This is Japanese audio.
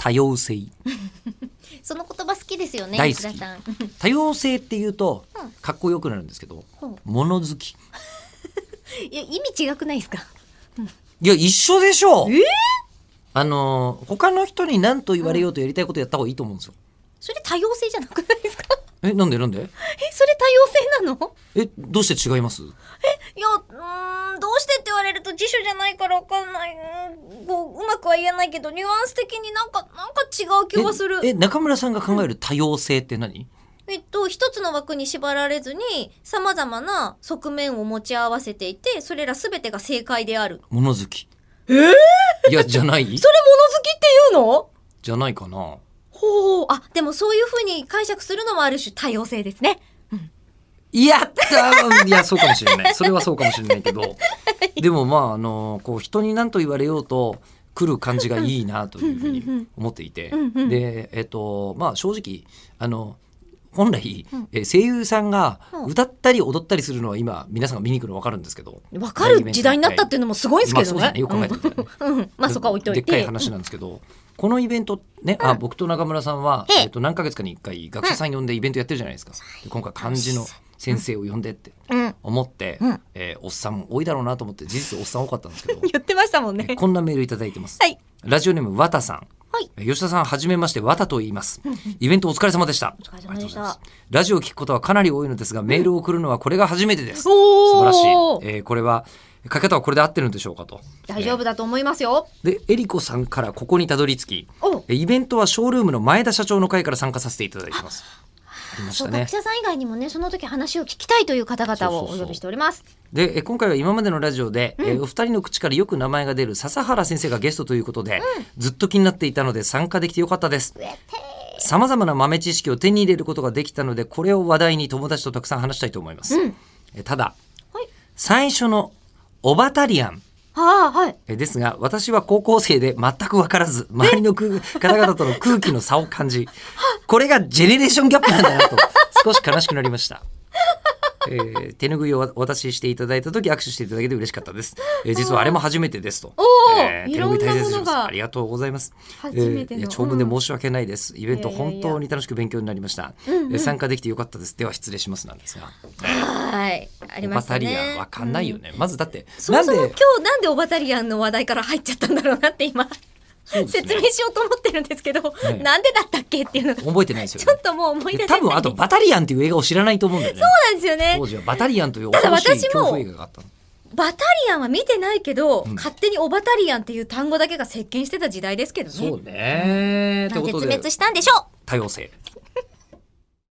多様性。 その言葉好きですよね。 大好き福田さん多様性っていうとうんかっこよくなるんですけど、 ほ物好き。 いや意味違くないですか。 いや一緒でしょう。 え他の人に何と言われようとやりたいことやった方がいいと思うんですよ。 それ多様性じゃなくないですか。 なんでそれ多様性なの。 どうして違います？ いやどうしてって言われると辞書じゃないからわかんない。こううまくは言えないけどニュアンス的になんか違う気がする。 中村さんが考える多様性って何？ 一つの枠に縛られずに様々な側面を持ち合わせていて、それらすべてが正解である。 物好き。いやじゃない？ それ物好きっていうの？ じゃないかな。 ほう。でもそういう風に解釈するのもある種多様性ですね。 いやそうかもしれない。それはそうかもしれないけど、でもこう人に何と言われようと来る感じがいいなというふうに思っていて、で正直本来、声優さんが歌ったり踊ったりするのは今皆さんが見に来るの分かるんですけど、 分かる時代になったっていうのもすごいですけどね。 そうだね、よく考えてみたらね。 そこは置いといてでっかい話なんですけど、このイベントね、僕と中村さんは、何ヶ月かに1回学者さん呼んでイベントやってるじゃないですか。で今回漢字の先生を呼んでって思って、おっさん多いだろうなと思って、事実おっさん多かったんですけど言ってましたもんね。 こんなメールいただいてます、 はい、 ラジオネームわたさん。吉田さんはじめまして、わたと言います。イベントお疲れ様でした。 お疲れ様でした。 ラジオを聞くことはかなり多いのですが、メールを送るのはこれが初めてです。素晴らしい。これは書き方はこれで合ってるんでしょうかと。 大丈夫だと思いますよ。 でえりこさんからここにたどり着き、イベントはショールームの前田社長の会から参加させていただいてます。ありましたね。 学者さん以外にもね、その時話を聞きたいという方々をお呼びしております。 で今回は今までのラジオで、お二人の口からよく名前が出る笹原先生がゲストということで、ずっと気になっていたので参加できてよかったです。さまざまな豆知識を手に入れることができたので、これを話題に友達とたくさん話したいと思います。ただ、最初のオバタリアンですが、私は高校生で全く分からず、周りの方々との空気の差を感じ、これがジェネレーションギャップなんだなと少し悲しくなりました。手拭いをお渡ししていただいた時握手していただけて嬉しかったです。実はあれも初めてですと。手拭い大切にします。ありがとうございます。長文で申し訳ないです。イベント本当に楽しく勉強になりました。参加できてよかったです。では失礼しますなんですが、 ありましたね。 オバタリアンわかんないよね。まずだってそもそも今日なんでオバタリアンの話題から入っちゃったんだろうなって今説明しようと思ってるんですけど、なんでだったっけっていうのが覚えてないですよね。 ちょっともう思い出せない。 多分あとバタリアンっていう映画を知らないと思うんだよね。 そうなんですよね。 当時はバタリアンという恐ろしい恐怖映画があったの。 バタリアンは見てないけど、勝手にオバタリアンっていう単語だけが席巻してた時代ですけどね。 そうね。 絶滅したんでしょう。 多様性。